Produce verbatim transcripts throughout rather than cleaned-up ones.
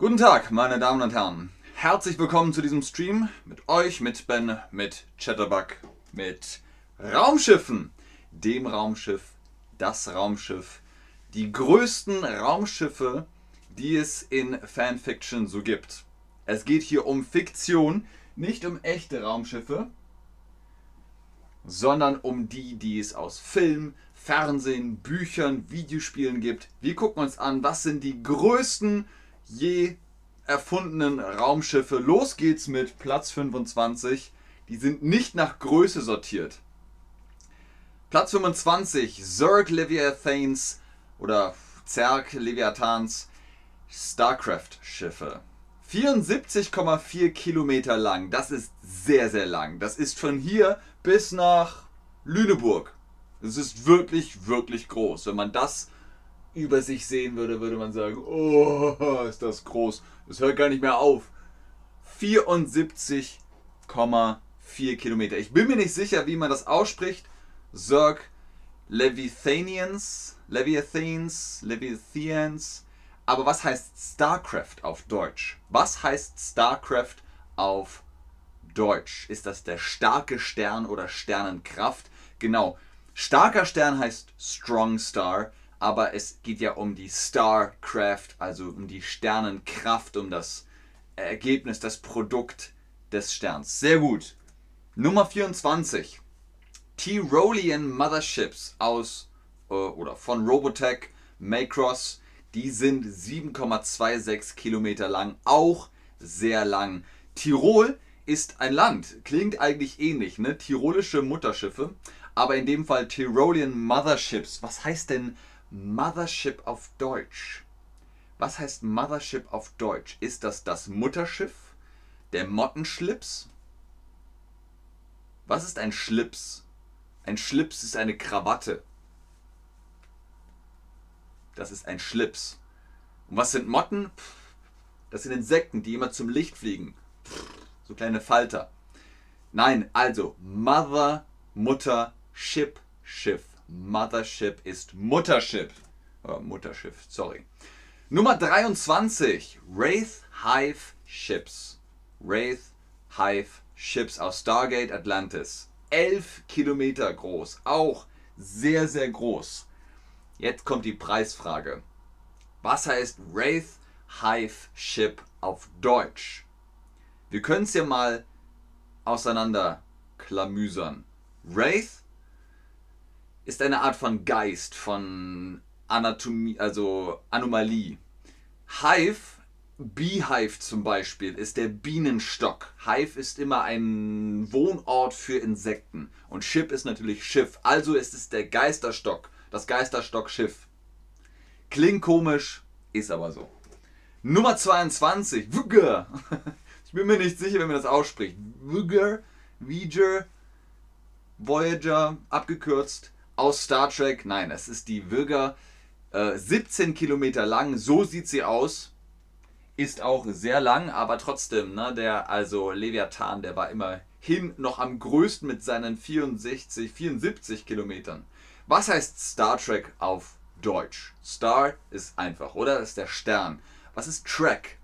Guten Tag, meine Damen und Herren. Herzlich willkommen zu diesem Stream mit euch, mit Ben, mit Chatterbug, mit Raumschiffen. Dem Raumschiff, das Raumschiff, die größten Raumschiffe, die es in Fanfiction so gibt. Es geht hier um Fiktion, nicht um echte Raumschiffe, sondern um die, die es aus Film, Fernsehen, Büchern, Videospielen gibt. Wir gucken uns an, was sind die größten je erfundenen Raumschiffe. Los geht's mit Platz fünfundzwanzig. Die sind nicht nach Größe sortiert. Platz fünfundzwanzig, Zerg Leviathans oder Zerg Leviathans Starcraft-Schiffe. vierundsiebzig Komma vier Kilometer lang. Das ist sehr, sehr lang. Das ist von hier bis nach Lüneburg. Das ist wirklich, wirklich groß. Wenn man das über sich sehen würde, würde man sagen, oh, ist das groß. Das hört gar nicht mehr auf. vierundsiebzig Komma vier Kilometer. Ich bin mir nicht sicher, wie man das ausspricht. Zerg Leviathanians, Leviathans, Leviathans. Aber was heißt StarCraft auf Deutsch? Was heißt StarCraft auf Deutsch? Ist das der starke Stern oder Sternenkraft? Genau. Starker Stern heißt Strong Star. Aber es geht ja um die StarCraft, also um die Sternenkraft, um das Ergebnis, das Produkt des Sterns. Sehr gut. Nummer vierundzwanzig. Tyrolean Motherships aus äh, oder von Robotech, Macross. Die sind sieben Komma sechsundzwanzig Kilometer lang, auch sehr lang. Tirol ist ein Land, klingt eigentlich ähnlich, ne? Tirolische Mutterschiffe, aber in dem Fall Tyrolean Motherships. Was heißt denn Mothership auf Deutsch? Was heißt Mothership auf Deutsch? Ist das das Mutterschiff? Der Mottenschlips? Was ist ein Schlips? Ein Schlips ist eine Krawatte. Das ist ein Schlips. Und was sind Motten? Das sind Insekten, die immer zum Licht fliegen. So kleine Falter. Nein, also Mother, Mutter, Ship, Schiff. Mothership ist Mutterschiff. Oh, Mutterschiff, sorry. Nummer dreiundzwanzig. Wraith Hive Ships. Wraith Hive Ships aus Stargate Atlantis. elf Kilometer groß. Auch sehr, sehr groß. Jetzt kommt die Preisfrage. Was heißt Wraith Hive Ship auf Deutsch? Wir können es ja mal auseinanderklamüsern. Wraith ist eine Art von Geist, von Anatomie, also Anomalie. Hive, Beehive zum Beispiel, ist der Bienenstock. Hive ist immer ein Wohnort für Insekten. Und Ship ist natürlich Schiff. Also ist es der Geisterstock, das Geisterstock-Schiff. Klingt komisch, ist aber so. Nummer zweiundzwanzig, Voyager. Ich bin mir nicht sicher, wenn man das ausspricht. Voyager, Voyager, Voyager, abgekürzt. Aus Star Trek, nein, es ist die Voyager, äh, siebzehn Kilometer lang, so sieht sie aus, ist auch sehr lang, aber trotzdem, ne, der, also Leviathan, der war immerhin noch am größten mit seinen vierundsechzig, vierundsiebzig Kilometern. Was heißt Star Trek auf Deutsch? Star ist einfach, oder? Das ist der Stern. Was ist Trek?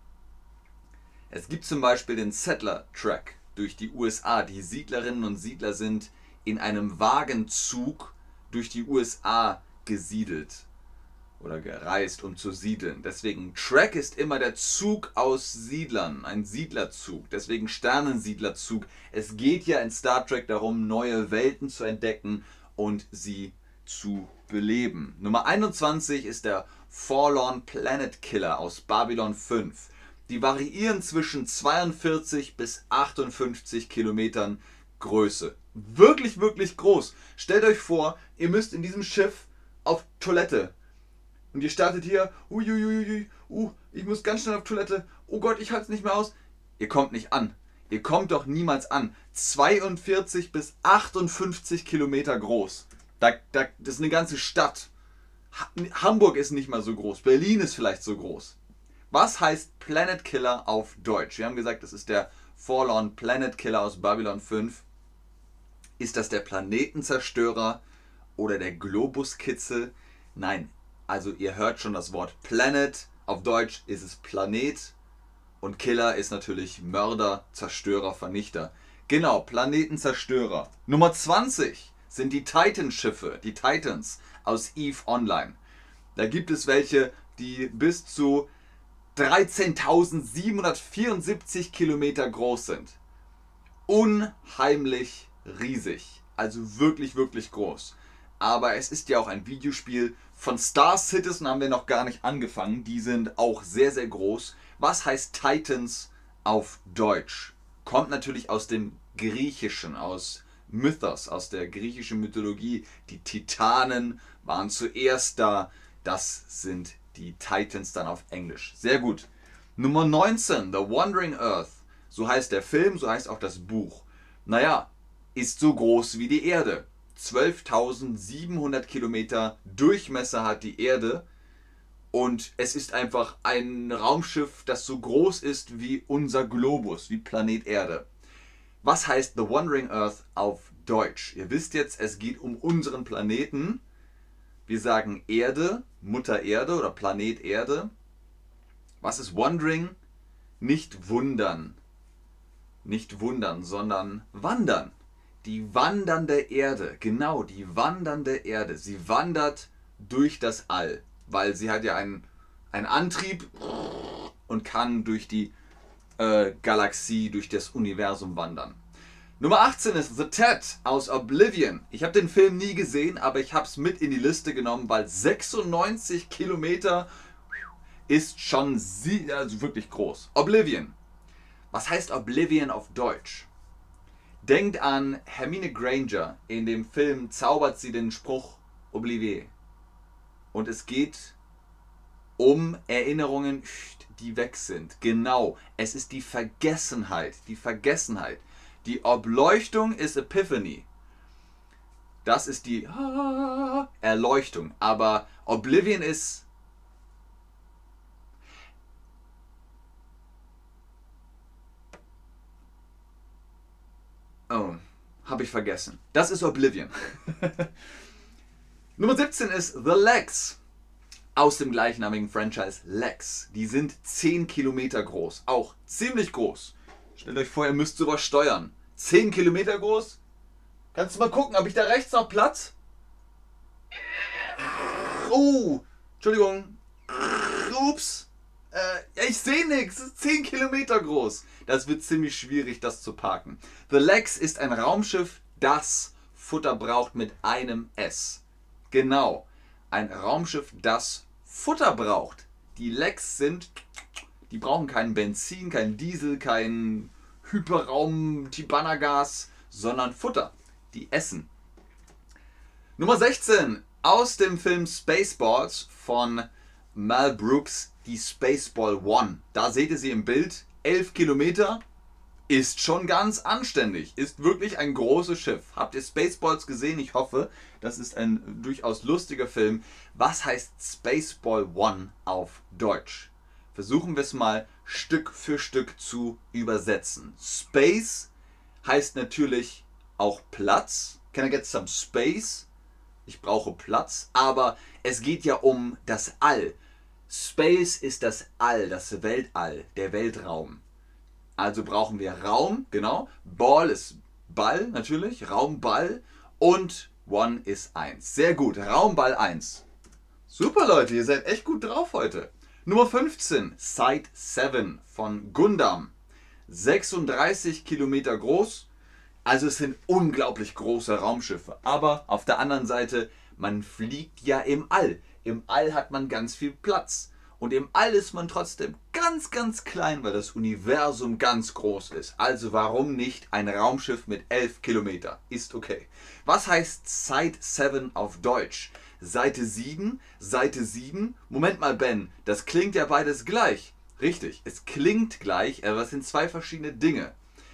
Es gibt zum Beispiel den Settler Trek durch die U S A. Die Siedlerinnen und Siedler sind in einem Wagenzug durch die U S A gesiedelt oder gereist, um zu siedeln. Deswegen Trek ist immer der Zug aus Siedlern, ein Siedlerzug. Deswegen Sternensiedlerzug. Es geht ja in Star Trek darum, neue Welten zu entdecken und sie zu beleben. Nummer einundzwanzig ist der Forlorn Planet Killer aus Babylon fünf. Die variieren zwischen zweiundvierzig bis achtundfünfzig Kilometern Größe. Wirklich, wirklich groß. Stellt euch vor, ihr müsst in diesem Schiff auf Toilette. Und ihr startet hier, uiuiui, uh, ich muss ganz schnell auf Toilette. Oh Gott, ich halte es nicht mehr aus. Ihr kommt nicht an. Ihr kommt doch niemals an. zweiundvierzig bis achtundfünfzig Kilometer groß. Da, da, das ist eine ganze Stadt. Ha- Hamburg ist nicht mal so groß. Berlin ist vielleicht so groß. Was heißt Planet Killer auf Deutsch? Wir haben gesagt, das ist der Forlorn Planet Killer aus Babylon fünf. Ist das der Planetenzerstörer oder der Globuskitzel? Nein, also ihr hört schon das Wort Planet. Auf Deutsch ist es Planet Und Killer ist natürlich Mörder, Zerstörer, Vernichter. Genau, Planetenzerstörer. Nummer zwanzig sind die Titan-Schiffe, die Titans aus EVE Online. Da gibt es welche, die bis zu dreizehntausendsiebenhundertvierundsiebzig Kilometer groß sind. Unheimlich riesig. Also wirklich, wirklich groß. Aber es ist ja auch ein Videospiel. Von Star Citizen haben wir noch gar nicht angefangen. Die sind auch sehr, sehr groß. Was heißt Titans auf Deutsch? Kommt natürlich aus dem Griechischen, aus Mythos, aus der griechischen Mythologie. Die Titanen waren zuerst da. Das sind die Titans dann auf Englisch. Sehr gut. Nummer neunzehn, The Wandering Earth. So heißt der Film, so heißt auch das Buch. Naja, ist so groß wie die Erde. zwölftausendsiebenhundert Kilometer Durchmesser hat die Erde. Und es ist einfach ein Raumschiff, das so groß ist wie unser Globus, wie Planet Erde. Was heißt The Wandering Earth auf Deutsch? Ihr wisst jetzt, es geht um unseren Planeten. Wir sagen Erde, Mutter Erde oder Planet Erde. Was ist Wandering? Nicht wundern. Nicht wundern, sondern wandern. Die wandernde Erde, genau, die wandernde Erde. Sie wandert durch das All, weil sie hat ja einen, einen Antrieb und kann durch die äh, Galaxie, durch das Universum wandern. Nummer achtzehn ist The Ted aus Oblivion. Ich habe den Film nie gesehen, aber ich habe es mit in die Liste genommen, weil sechsundneunzig Kilometer ist schon sie, also wirklich groß. Oblivion. Was heißt Oblivion auf Deutsch? Denkt an Hermine Granger. In dem Film zaubert sie den Spruch Oblivier. Und es geht um Erinnerungen, die weg sind. Genau, es ist die Vergessenheit. Die Vergessenheit. Die Obleuchtung ist Epiphany. Das ist die Erleuchtung. Aber Oblivion ist... Oh, habe ich vergessen. Das ist Oblivion. Nummer siebzehn ist The Legs. Aus dem gleichnamigen Franchise Legs. Die sind zehn Kilometer groß. Auch ziemlich groß. Stellt euch vor, ihr müsst sowas steuern. zehn Kilometer groß? Kannst du mal gucken, habe ich da rechts noch Platz? Oh, Entschuldigung. Ups. Äh, ja, ich sehe nichts. Es ist zehn Kilometer groß. Das wird ziemlich schwierig, das zu parken. The Legs ist ein Raumschiff, das Futter braucht mit einem S. Genau. Ein Raumschiff, das Futter braucht. Die Legs sind... Die brauchen kein Benzin, kein Diesel, kein Hyperraum-Tibanna-Gas, sondern Futter. Die essen. Nummer sechzehn. Aus dem Film Spaceballs von Mel Brooks, die Spaceball One. Da seht ihr sie im Bild. elf Kilometer ist schon ganz anständig. Ist wirklich ein großes Schiff. Habt ihr Spaceballs gesehen? Ich hoffe, das ist ein durchaus lustiger Film. Was heißt Spaceball One auf Deutsch? Versuchen wir es mal Stück für Stück zu übersetzen. Space heißt natürlich auch Platz. Can I get some space? Ich brauche Platz, aber es geht ja um das All. Space ist das All, das Weltall, der Weltraum. Also brauchen wir Raum, genau. Ball ist Ball, natürlich. Raumball. Und One ist eins. Sehr gut. Raumball eins. Super, Leute. Ihr seid echt gut drauf heute. Nummer fünfzehn. Side sieben von Gundam. sechsunddreißig Kilometer groß. Also es sind unglaublich große Raumschiffe. Aber auf der anderen Seite, man fliegt ja im All. Im All hat man ganz viel Platz. Und im All ist man trotzdem ganz, ganz klein, weil das Universum ganz groß ist. Also warum nicht ein Raumschiff mit elf Kilometer? Ist okay. Was heißt Side sieben auf Deutsch? Seite sieben, Seite sieben. Moment mal, Ben, das klingt ja beides gleich. Richtig, es klingt gleich, aber es sind zwei verschiedene Dinge.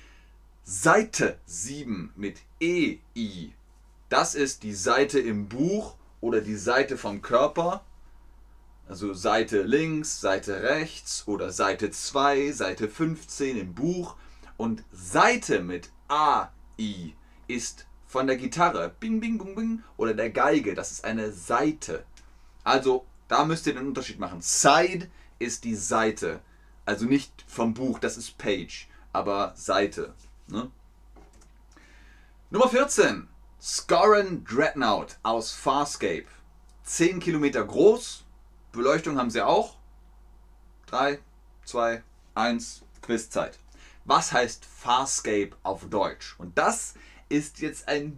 Seite sieben mit E I. Das ist die Seite im Buch oder die Seite vom Körper. Also Seite links, Seite rechts oder Seite zwei, Seite fünfzehn im Buch. Und Seite mit A I ist von der Gitarre, bing, bing, bing, bing, oder der Geige. Das ist eine Saite. Also da müsst ihr den Unterschied machen. Side ist die Seite. Also nicht vom Buch, das ist Page, aber Seite. Ne? Nummer vierzehn. Scorran Dreadnought aus Farscape. zehn Kilometer groß. Beleuchtung haben sie auch. drei, zwei, eins, Quizzeit. Was heißt Farscape auf Deutsch? Und das ist jetzt ein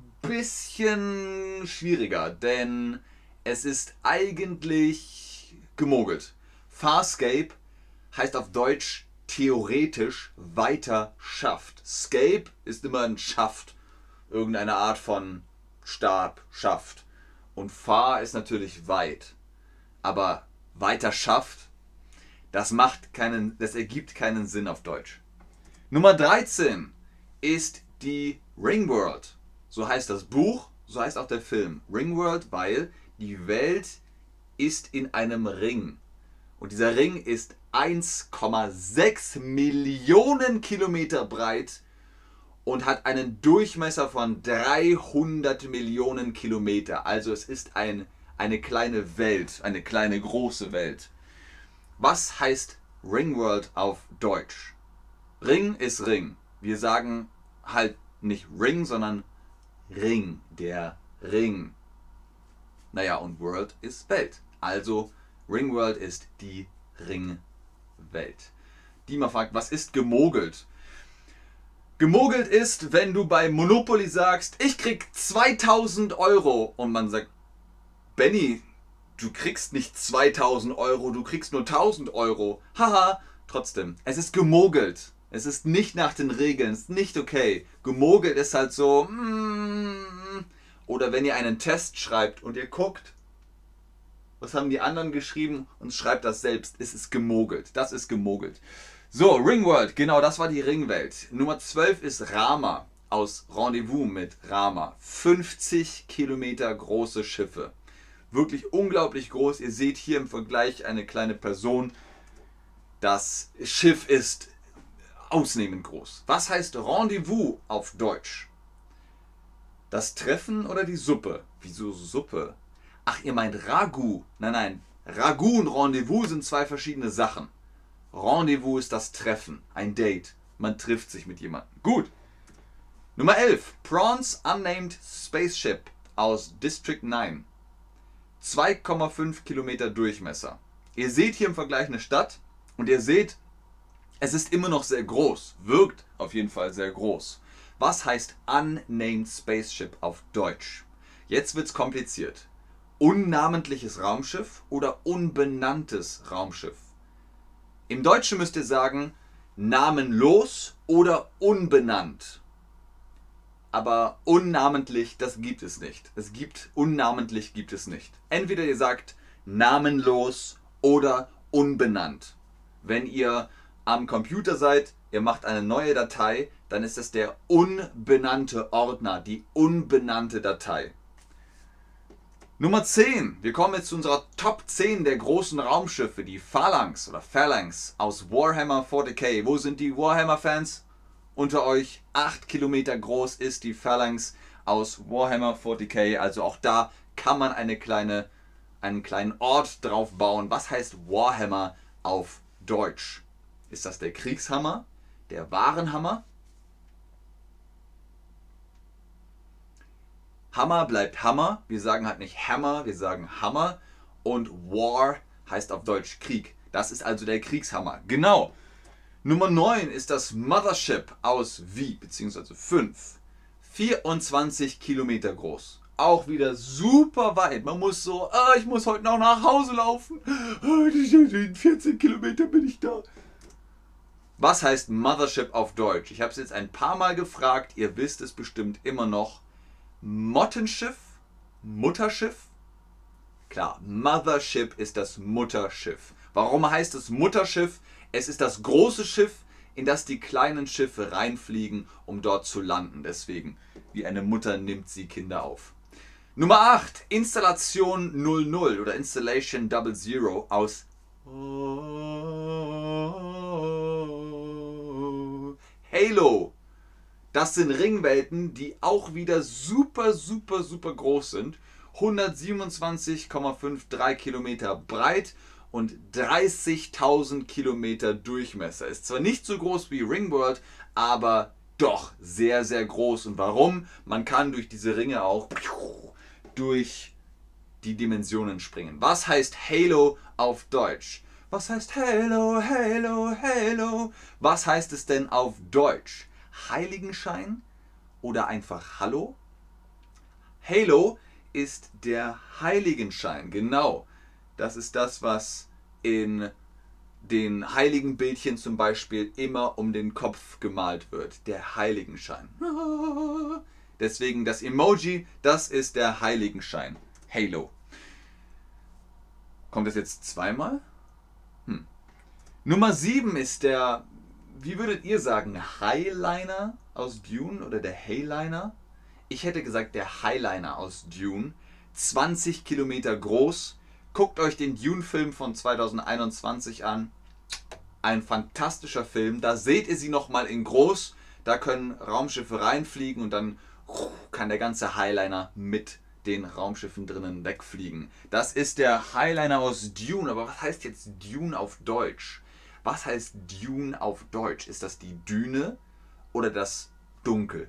bisschen schwieriger, denn es ist eigentlich gemogelt. Farscape heißt auf Deutsch theoretisch weiter Schaft. Scape ist immer ein Schaft, irgendeine Art von Stab, Schaft. Und Fahr ist natürlich weit. Aber weiter Schaft, das macht keinen, das ergibt keinen Sinn auf Deutsch. Nummer dreizehn ist die Ringworld. So heißt das Buch, so heißt auch der Film. Ringworld, weil die Welt ist in einem Ring. Und dieser Ring ist eins Komma sechs Millionen Kilometer breit und hat einen Durchmesser von dreihundert Millionen Kilometer. Also es ist ein, eine kleine Welt, eine kleine große Welt. Was heißt Ringworld auf Deutsch? Ring ist Ring. Wir sagen halt nicht Ring, sondern Ring, der Ring. Naja, und World ist Welt. Also Ringworld ist die Ringwelt. Die mal fragt, was ist gemogelt? Gemogelt ist, wenn du bei Monopoly sagst, ich krieg zweitausend Euro und man sagt, Benny, du kriegst nicht zweitausend Euro, du kriegst nur tausend Euro. Haha, trotzdem, es ist gemogelt. Es ist nicht nach den Regeln, es ist nicht okay. Gemogelt ist halt so, mm, oder wenn ihr einen Test schreibt und ihr guckt, was haben die anderen geschrieben und schreibt das selbst, es ist gemogelt. Das ist gemogelt. So, Ringworld, genau, das war die Ringwelt. Nummer zwölf ist Rama aus Rendezvous mit Rama. fünfzig Kilometer große Schiffe. Wirklich unglaublich groß. Ihr seht hier im Vergleich eine kleine Person. Das Schiff ist ausnehmend groß. Was heißt Rendezvous auf Deutsch? Das Treffen oder die Suppe? Wieso Suppe? Ach, ihr meint Ragout. Nein, nein. Ragout und Rendezvous sind zwei verschiedene Sachen. Rendezvous ist das Treffen, ein Date. Man trifft sich mit jemandem. Gut. Nummer elf. Prawns Unnamed Spaceship aus District neun. zwei Komma fünf Kilometer Durchmesser. Ihr seht hier im Vergleich eine Stadt und ihr seht, es ist immer noch sehr groß. Wirkt auf jeden Fall sehr groß. Was heißt Unnamed Spaceship auf Deutsch? Jetzt wird's kompliziert. Unnamentliches Raumschiff oder unbenanntes Raumschiff? Im Deutschen müsst ihr sagen, namenlos oder unbenannt. Aber unnamentlich, das gibt es nicht. Es gibt, unnamentlich gibt es nicht. Entweder ihr sagt namenlos oder unbenannt. Wenn ihr am Computer seid, ihr macht eine neue Datei, dann ist es der unbenannte Ordner, die unbenannte Datei. Nummer zehn. Wir kommen jetzt zu unserer Top zehn der großen Raumschiffe, die Phalanx oder Phalanx aus Warhammer forty K. Wo sind die Warhammer-Fans unter euch? acht Kilometer groß ist die Phalanx aus Warhammer forty K. Also auch da kann man eine kleine, einen kleinen Ort drauf bauen. Was heißt Warhammer auf Deutsch? Ist das der Kriegshammer? Der Warenhammer? Hammer bleibt Hammer. Wir sagen halt nicht Hammer, wir sagen Hammer. Und War heißt auf Deutsch Krieg. Das ist also der Kriegshammer. Genau. Nummer neun ist das Mothership aus wie, beziehungsweise fünf. vierundzwanzig Kilometer groß. Auch wieder super weit. Man muss so, ah, ich muss heute noch nach Hause laufen. In vierzehn Kilometer bin ich da. Was heißt Mothership auf Deutsch? Ich habe es jetzt ein paar Mal gefragt. Ihr wisst es bestimmt immer noch. Mottenschiff? Mutterschiff? Klar, Mothership ist das Mutterschiff. Warum heißt es Mutterschiff? Es ist das große Schiff, in das die kleinen Schiffe reinfliegen, um dort zu landen. Deswegen, wie eine Mutter nimmt sie Kinder auf. Nummer acht. Installation null null oder Installation Double Zero aus Halo. Das sind Ringwelten, die auch wieder super, super, super groß sind. hundertsiebenundzwanzig Komma drei fünf Kilometer breit und dreißigtausend Kilometer Durchmesser. Ist zwar nicht so groß wie Ringworld, aber doch sehr, sehr groß. Und warum? Man kann durch diese Ringe auch durch die Dimensionen springen. Was heißt Halo auf Deutsch? Was heißt Halo, Halo, Halo? Was heißt es denn auf Deutsch? Heiligenschein oder einfach Hallo? Halo ist der Heiligenschein, genau. Das ist das, was in den heiligen Bildchen zum Beispiel immer um den Kopf gemalt wird. Der Heiligenschein. Deswegen das Emoji, das ist der Heiligenschein. Halo. Kommt das jetzt zweimal? Hm. Nummer sieben ist der, wie würdet ihr sagen, Highliner aus Dune oder der Hayliner? Ich hätte gesagt der Highliner aus Dune. zwanzig Kilometer groß. Guckt euch den Dune-Film von zweitausendeinundzwanzig an. Ein fantastischer Film. Da seht ihr sie nochmal in groß. Da können Raumschiffe reinfliegen und dann kann der ganze Highliner mit den Raumschiffen drinnen wegfliegen. Das ist der Highliner aus Dune. Aber was heißt jetzt Dune auf Deutsch? Was heißt Dune auf Deutsch? Ist das die Düne oder das Dunkel?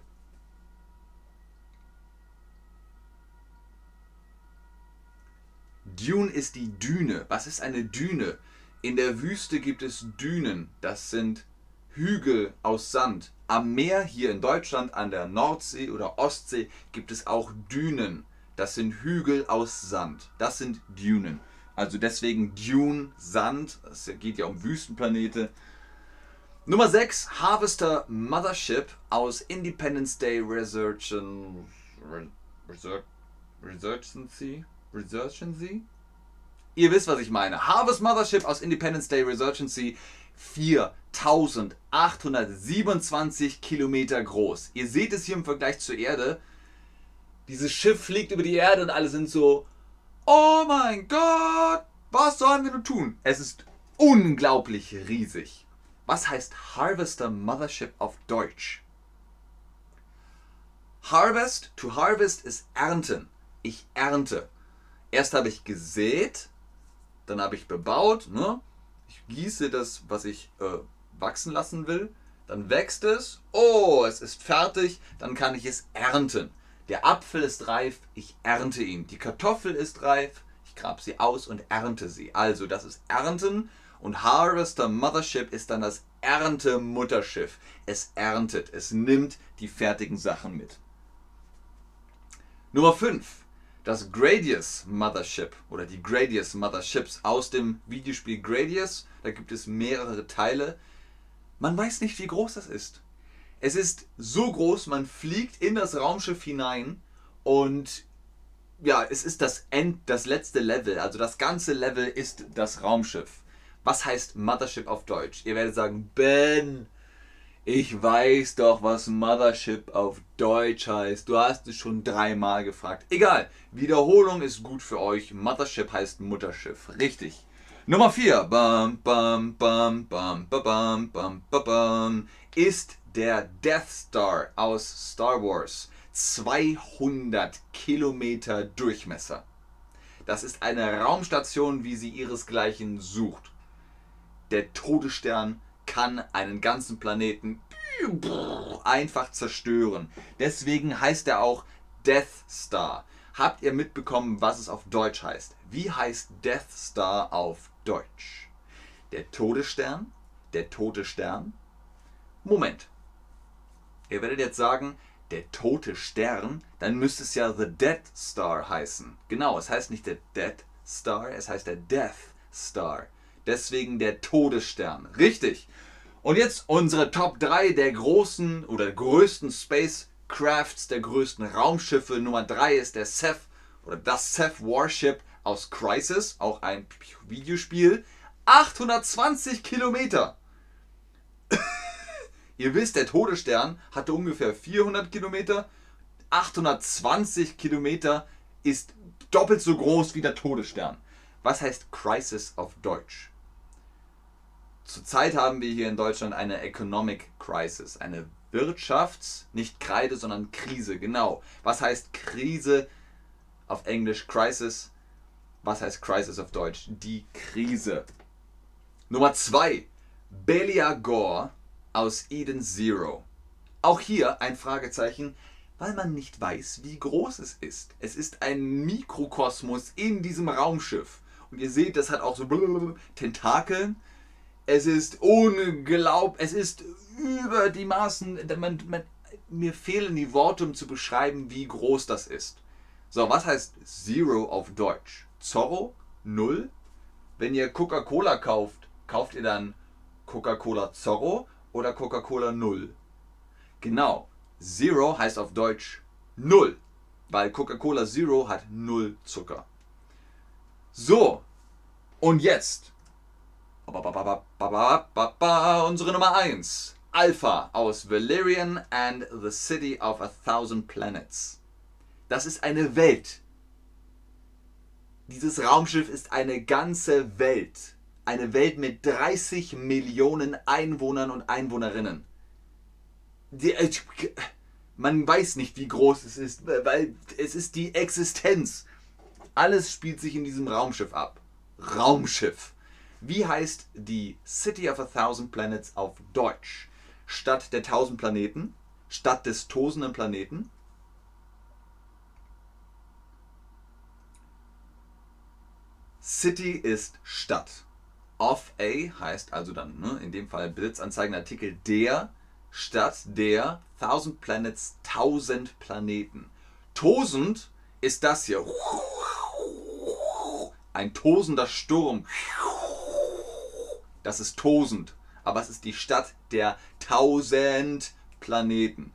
Dune ist die Düne. Was ist eine Düne? In der Wüste gibt es Dünen. Das sind Hügel aus Sand. Am Meer hier in Deutschland, an der Nordsee oder Ostsee, gibt es auch Dünen. Das sind Hügel aus Sand. Das sind Dünen. Also deswegen Dune, Sand. Es geht ja um Wüstenplanete. Nummer sechs, Harvester Mothership aus Independence Day Resurgence. Resurgency? Resurgency? Ihr wisst, was ich meine. Harvest Mothership aus Independence Day Resurgency. viertausendachthundertsiebenundzwanzig Kilometer groß. Ihr seht es hier im Vergleich zur Erde. Dieses Schiff fliegt über die Erde und alle sind so, oh mein Gott, was sollen wir nun tun? Es ist unglaublich riesig. Was heißt Harvester Mothership auf Deutsch? Harvest, to harvest ist ernten. Ich ernte. Erst habe ich gesät, dann habe ich bebaut, ne? Ich gieße das, was ich äh, wachsen lassen will, dann wächst es, oh, es ist fertig, dann kann ich es ernten. Der Apfel ist reif, ich ernte ihn. Die Kartoffel ist reif, ich grab sie aus und ernte sie. Also das ist Ernten und Harvester Mothership ist dann das Erntemutterschiff. Es erntet, es nimmt die fertigen Sachen mit. Nummer fünf. Das Gradius Mothership oder die Gradius Motherships aus dem Videospiel Gradius. Da gibt es mehrere Teile. Man weiß nicht, wie groß das ist. Es ist so groß, man fliegt in das Raumschiff hinein und ja, es ist das End, das letzte Level. Also das ganze Level ist das Raumschiff. Was heißt Mothership auf Deutsch? Ihr werdet sagen, Ben, ich weiß doch, was Mothership auf Deutsch heißt. Du hast es schon dreimal gefragt. Egal, Wiederholung ist gut für euch. Mothership heißt Mutterschiff. Richtig. Nummer vier. Bam, bam, bam, bam, bam, bam, bam, bam, ist der Death Star aus Star Wars. zweihundert Kilometer Durchmesser. Das ist eine Raumstation, wie sie ihresgleichen sucht. Der Todesstern kann einen ganzen Planeten einfach zerstören. Deswegen heißt er auch Death Star. Habt ihr mitbekommen, was es auf Deutsch heißt? Wie heißt Death Star auf Deutsch? Der Todesstern? Der tote Stern? Moment. Ihr werdet jetzt sagen, der tote Stern, dann müsste es ja The Death Star heißen. Genau, es heißt nicht der Death Star, es heißt der Death Star. Deswegen der Todesstern. Richtig. Und jetzt unsere Top drei der großen oder größten Spacecrafts, der größten Raumschiffe. Nummer drei ist der Ceph oder das Ceph Warship aus Crysis, auch ein Videospiel. achthundertzwanzig Kilometer. Ihr wisst, der Todesstern hatte ungefähr vierhundert Kilometer. achthundertzwanzig Kilometer ist doppelt so groß wie der Todesstern. Was heißt Crisis auf Deutsch? Zurzeit haben wir hier in Deutschland eine Economic Crisis, eine Wirtschafts-, nicht Kreide, sondern Krise, genau. Was heißt Krise auf Englisch Crisis? Was heißt Crisis auf Deutsch? Die Krise. Nummer zwei. Beliar aus Eden Zero. Auch hier ein Fragezeichen, weil man nicht weiß, wie groß es ist. Es ist ein Mikrokosmos in diesem Raumschiff. Und ihr seht, das hat auch so Tentakeln. Es ist unglaublich, es ist über die Maßen, man, man, mir fehlen die Worte, um zu beschreiben, wie groß das ist. So, was heißt Zero auf Deutsch? Zorro? Null? Wenn ihr Coca-Cola kauft, kauft ihr dann Coca-Cola Zorro oder Coca-Cola Null? Genau, Zero heißt auf Deutsch Null, weil Coca-Cola Zero hat Null Zucker. So, und jetzt unsere Nummer eins. Alpha aus Valerian and the City of a Thousand Planets. Das ist eine Welt. Dieses Raumschiff ist eine ganze Welt. Eine Welt mit dreißig Millionen Einwohnern und Einwohnerinnen. Die, man weiß nicht, wie groß es ist, weil es ist die Existenz. Alles spielt sich in diesem Raumschiff ab. Raumschiff. Wie heißt die City of a Thousand Planets auf Deutsch? Stadt der tausend Planeten? Stadt des tosenden Planeten? City ist Stadt. Of a heißt also dann, ne, in dem Fall Blitzanzeigenartikel der Stadt der Thousand Planets, tausend Planeten. Tosend ist das hier. Ein tosender Sturm. Das ist tosend. Aber es ist die Stadt der tausend Planeten.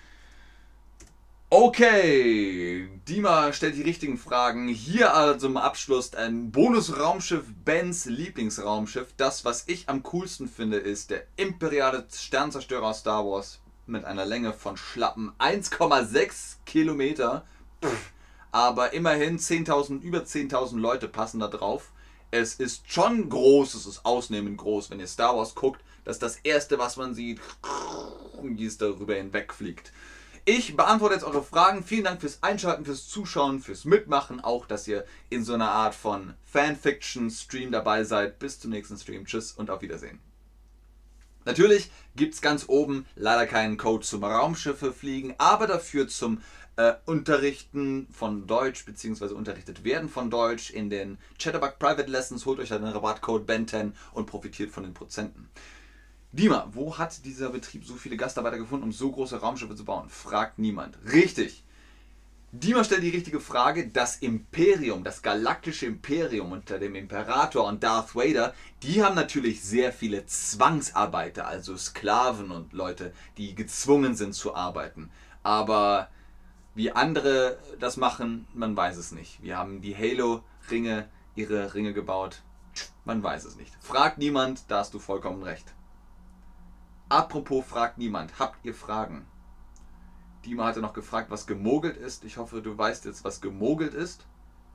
Okay, Dima stellt die richtigen Fragen. Hier also im Abschluss ein Bonus-Raumschiff, Bens Lieblingsraumschiff. Das, was ich am coolsten finde, ist der imperiale Sternzerstörer aus Star Wars mit einer Länge von schlappen eins Komma sechs Kilometer. Pff, aber immerhin zehntausend, über zehntausend Leute passen da drauf. Es ist schon groß, es ist ausnehmend groß. Wenn ihr Star Wars guckt, das ist das Erste, was man sieht, wie es darüber hinwegfliegt. Ich beantworte jetzt eure Fragen. Vielen Dank fürs Einschalten, fürs Zuschauen, fürs Mitmachen. Auch, dass ihr in so einer Art von Fanfiction-Stream dabei seid. Bis zum nächsten Stream. Tschüss und auf Wiedersehen. Natürlich gibt es ganz oben leider keinen Code zum Raumschiffe fliegen, aber dafür zum äh, Unterrichten von Deutsch bzw. unterrichtet werden von Deutsch in den Chatterbug Private Lessons. Holt euch den Rabattcode Ben zehn und profitiert von den Prozenten. Dima, wo hat dieser Betrieb so viele Gastarbeiter gefunden, um so große Raumschiffe zu bauen? Fragt niemand. Richtig. Dima stellt die richtige Frage. Das Imperium, das galaktische Imperium unter dem Imperator und Darth Vader, die haben natürlich sehr viele Zwangsarbeiter, also Sklaven und Leute, die gezwungen sind zu arbeiten. Aber wie andere das machen, man weiß es nicht. Wir haben die Halo-Ringe, ihre Ringe gebaut. Man weiß es nicht. Fragt niemand, da hast du vollkommen recht. Apropos fragt niemand, habt ihr Fragen? Dima hatte noch gefragt, was gemogelt ist. Ich hoffe, du weißt jetzt, was gemogelt ist.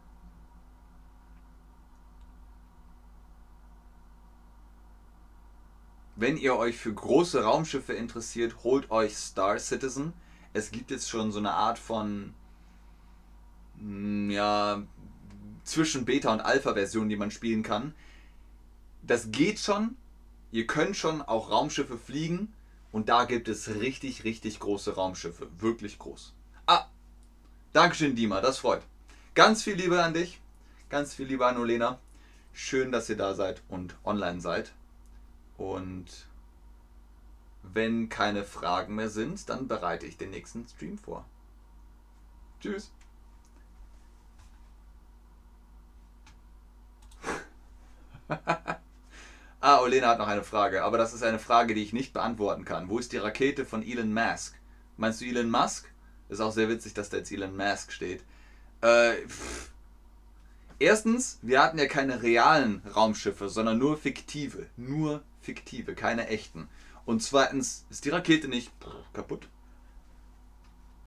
Wenn ihr euch für große Raumschiffe interessiert, holt euch Star Citizen. Es gibt jetzt schon so eine Art von ja, zwischen Beta- und Alpha-Version, die man spielen kann. Das geht schon. Ihr könnt schon auch Raumschiffe fliegen und da gibt es richtig, richtig große Raumschiffe. Wirklich groß. Ah, Dankeschön Dima, das freut. Ganz viel Liebe an dich, ganz viel Liebe an Olena. Schön, dass ihr da seid und online seid. Und wenn keine Fragen mehr sind, dann bereite ich den nächsten Stream vor. Tschüss. Ah, Olena hat noch eine Frage, aber das ist eine Frage, die ich nicht beantworten kann. Wo ist die Rakete von Elon Musk? Meinst du Elon Musk? Ist auch sehr witzig, dass da jetzt Elon Musk steht. Äh, Erstens, wir hatten ja keine realen Raumschiffe, sondern nur fiktive. Nur fiktive, keine echten. Und zweitens ist die Rakete nicht kaputt.